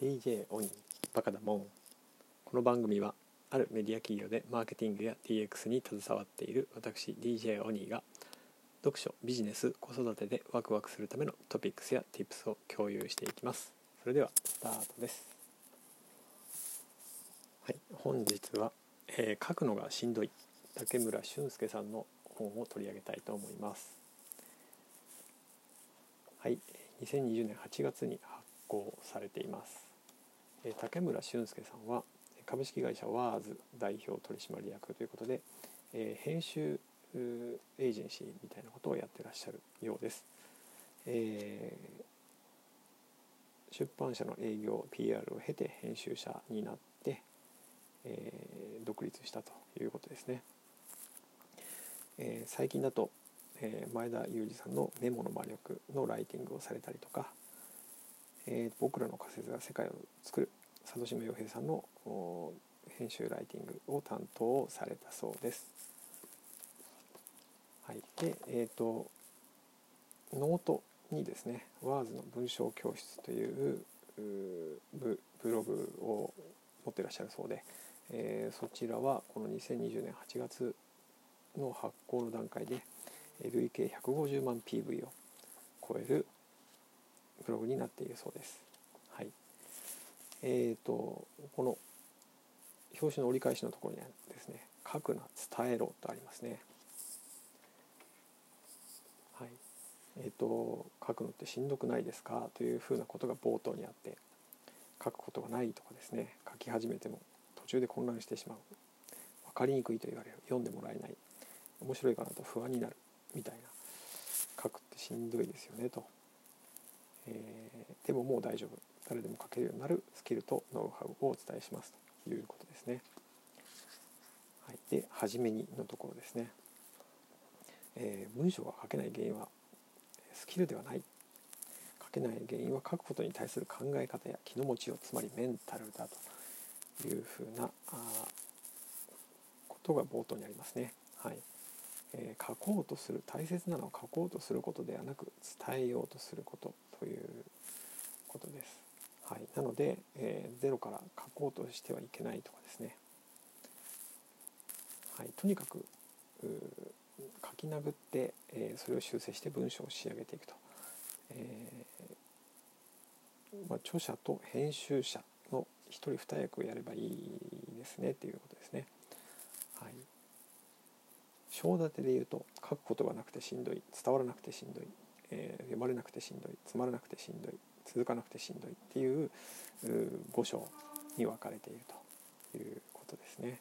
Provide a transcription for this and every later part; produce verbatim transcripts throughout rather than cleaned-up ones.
ディージェー オニーバカだもん。この番組はあるメディア企業でマーケティングや ディーエックス に携わっている私 ディージェー オニーが読書、ビジネス、子育てでワクワクするためのトピックスや Tips を共有していきます。それではスタートです。はい、本日は、えー、書くのがしんどい竹村俊介さんの本を取り上げたいと思います。はい、にせんにじゅうねんはちがつに発行されています。えー、竹村俊介さんは株式会社ワーズ代表取締役ということで、えー、編集エージェンシーみたいなことをやってらっしゃるようです。えー、出版社の営業 ピーアール を経て編集者になって、えー、独立したということですね。えー、最近だと、えー、前田裕二さんのメモの魔力のライティングをされたりとか、えー、僕らの仮説が世界を作る里島洋平さんの編集ライティングを担当されたそうです。はい、で、えーと、ノートにですね、ワーズの文章教室というブ, ブログを持ってらっしゃるそうで、えー、そちらはこのにせんにじゅうねんはちがつの発行の段階で累計ひゃくごじゅうまん ピーブイ を超えるブログになっているそうです。はい。えーと、この表紙の折り返しのところにですね、書くな、伝えろとありますね。はい。えーと、書くのってしんどくないですかというふうなことが冒頭にあって、書くことがないとかですね、書き始めても途中で混乱してしまう、分かりにくいと言われる、読んでもらえない、面白いかなと不安になるみたいな、書くってしんどいですよねと、えー、でももう大丈夫、誰でも書けるようになるスキルとノウハウをお伝えしますということですね。はい、で、はじめにのところですね、えー、文章が書けない原因はスキルではない、書けない原因は書くことに対する考え方や気の持ちよう、つまりメンタルだというふうなことが冒頭にありますね。はい。えー、書こうとする、大切なのは書こうとすることではなく伝えようとすることということです。はい、なので、えー、ゼロから書こうとしてはいけないとかですね。はい、とにかく書き殴って、えー、それを修正して文章を仕上げていくと、えーまあ、著者と編集者の一人二役をやればいいですねということですね。はい、章立てで言うと、書くことがなくてしんどい、伝わらなくてしんどい、えー、読まれなくてしんどい、つまらなくてしんどい、続かなくてしんどいっていうご章に分かれているということですね。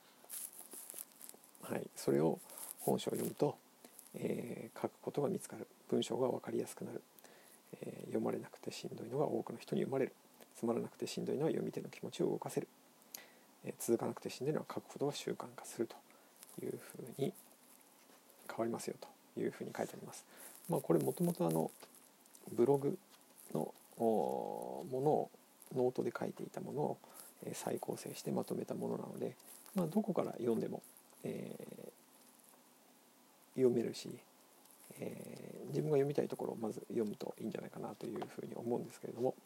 はい、それを本書を読むと、えー、書くことが見つかる、文章が分かりやすくなる、えー、読まれなくてしんどいのが多くの人に読まれる、つまらなくてしんどいのは読み手の気持ちを動かせる、えー、続かなくてしんどいのは書くことが習慣化するというふうに変わりますよというふうに書いてあります。まあ、これもともとあのブログのものをノートで書いていたものを再構成してまとめたものなので、まあ、どこから読んでも、えー、読めるし、えー、自分が読みたいところをまず読むといいんじゃないかなというふうに思うんですけれども、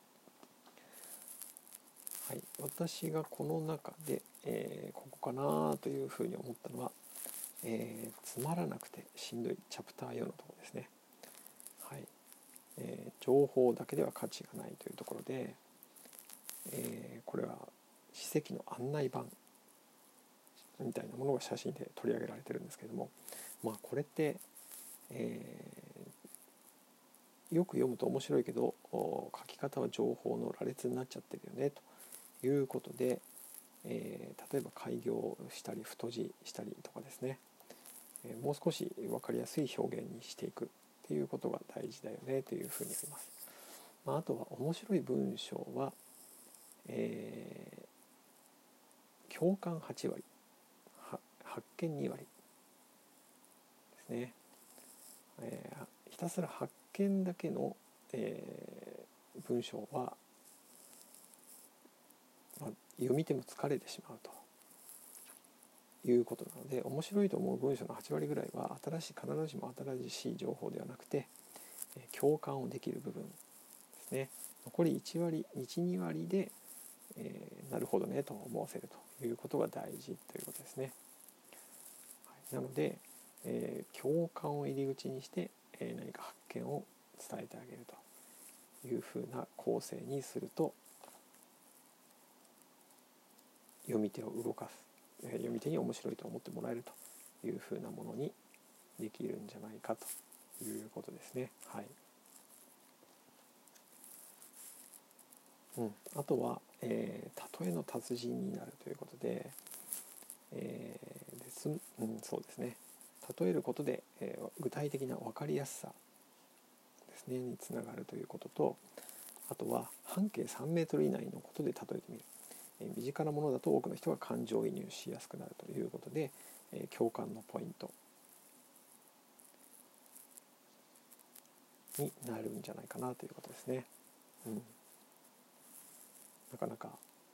はい、私がこの中で、えー、ここかなというふうに思ったのは、えー、つまらなくてしんどいチャプターよんのところですね。はい、えー、情報だけでは価値がないというところで、えー、これは史跡の案内板みたいなものが写真で取り上げられてるんですけれども、まあこれって、えー、よく読むと面白いけど書き方は情報の羅列になっちゃってるよねということで、えー、例えば改行したり太字したりとかですね、えー、もう少し分かりやすい表現にしていくっていうことが大事だよねというふうにあります。まあ、あとは面白い文章は、えー、共感はちわり、発見にわりですね。えー、ひたすら発見だけの、えー、文章は、まあ、読み手も疲れてしまうということなので、面白いと思う文章のはちわりぐらいは新しい、必ずしも新しい情報ではなくて、えー、共感をできる部分ですね。 残りいち割いち、に割で、えー、なるほどねと思わせるということが大事ということですね。はい、なので、えー、共感を入り口にして、えー、何か発見を伝えてあげるというふうな構成にすると、読み手を動かす、えー、読み手に面白いと思ってもらえるというふうなものにできるんじゃないかということですね。はい。うん、あとは、えー、例えの達人になるということで、えーですうん、そうですね。例えることで、えー、具体的な分かりやすさですねにつながるということと、あとは半径さんメートル以内のことで例えてみる。えー、身近なものだと多くの人が感情移入しやすくなるということで、えー、共感のポイントになるんじゃないかなということですね。うん、なかなか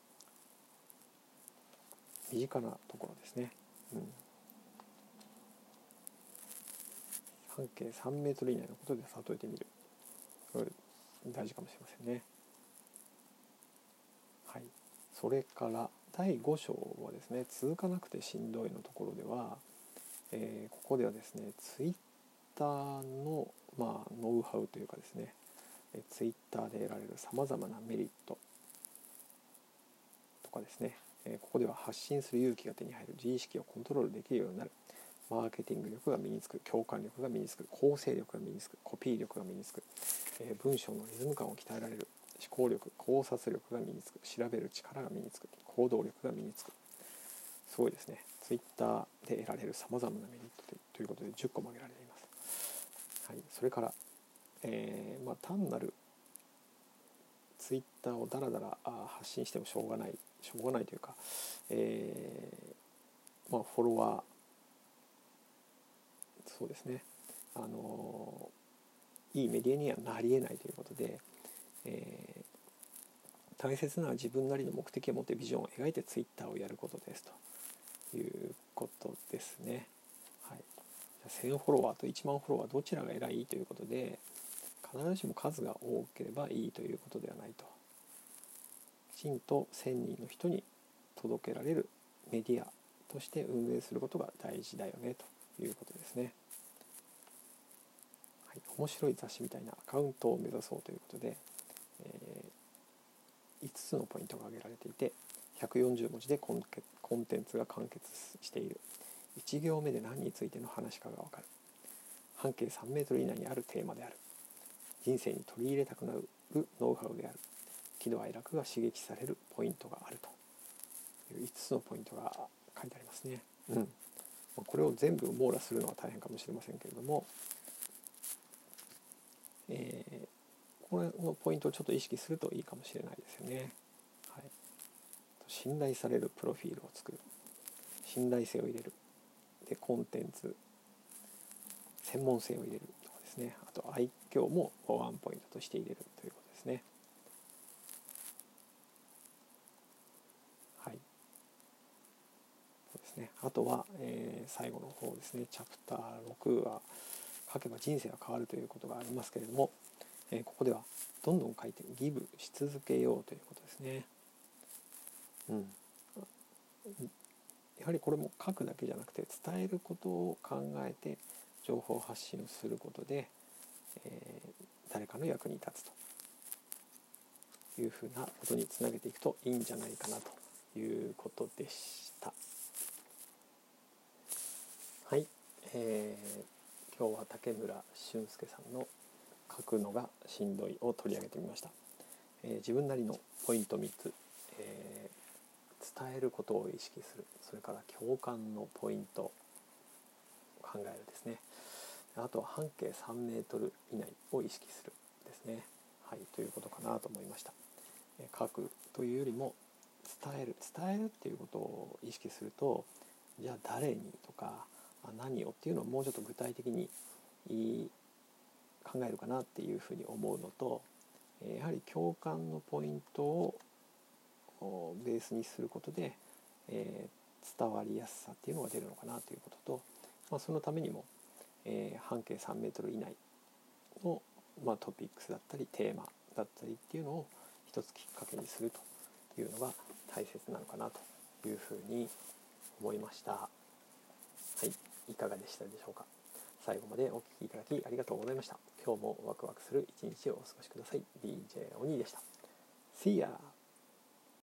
身近なところですね。うん、半径さんメートル以内のことで例えてみる。これ大事かもしれませんね。はい。それからだいご章はですね、続かなくてしんどいのところでは、えー、ここではですね、ツイッターの、まあ、ノウハウというかですね、ツイッターで得られるさまざまなメリットとかですね、えー、ここでは発信する勇気が手に入る、自意識をコントロールできるようになる、マーケティング力が身につく、共感力が身につく、構成力が身につく、コピー力が身につく、えー、文章のリズム感を鍛えられる、思考力、考察力が身につく、調べる力が身につく、行動力が身につく。すごいですね。ツイッターで得られるさまざまなメリットということでじゅっこも挙げられています。はい、それから、えーまあ、単なるツイッターをだらだら発信してもしょうがない、しょうがないというか、えーまあ、フォロワー、そうですね、あのいいメディアにはなり得ないということで、えー、大切なのは自分なりの目的を持ってビジョンを描いてツイッターをやることですということですね。はい、せんフォロワーといちまんフォロワーどちらが偉いということで、必ずしも数が多ければいいということではないと。きちんとせんにんの人に届けられるメディアとして運営することが大事だよねということですね。はい、面白い雑誌みたいなアカウントを目指そうということで、えー、いつつのポイントが挙げられていて、ひゃくよんじゅうもじでコンコンテンツが完結している、いち行目で何についての話かが分かる、半径さんメートル以内にあるテーマである、人生に取り入れたくなるノウハウである、喜怒哀楽が刺激されるポイントがあるといういつつのポイントが書いてありますね。うん、これを全部網羅するのは大変かもしれませんけれども、えー、これのポイントをちょっと意識するといいかもしれないですよね。はい、信頼されるプロフィールを作る、信頼性を入れる、でコンテンツ専門性を入れるとかですね、あと愛嬌もワンポイントとして入れるということですね。はい、そうですね。あとは、えー、最後の方ですね、チャプターろくは書けば人生が変わるということがありますけれども、えー、ここではどんどん書いてギブし続けようということですね。うん、やはりこれも書くだけじゃなくて伝えることを考えて情報発信をすることで、えー、誰かの役に立つというふうなことにつなげていくといいんじゃないかなということでした。はい、えー、今日は竹村俊介さんの書くのがしんどいを取り上げてみました。えー、自分なりのポイントみっつ、えー、伝えることを意識する、それから共感のポイントを考えるですね、あとは半径さんメートル以内を意識するですね。はい、ということかなと思いました。えー、書くというよりも伝える伝えるっていうことを意識すると、じゃあ誰にとか何をっていうのをもうちょっと具体的に考えるかなっていうふうに思うのと、やはり共感のポイントをベースにすることで、えー、伝わりやすさっていうのが出るのかなということと、まあ、そのためにも、えー、半径さんメートル以内の、まあ、トピックスだったりテーマだったりっていうのを一つきっかけにするというのが大切なのかなというふうに思いました。はい、いかがでしたでしょうか。最後までお聞きいただきありがとうございました。今日もワクワクする一日をお過ごしください。ディージェー おにいでした。See ya!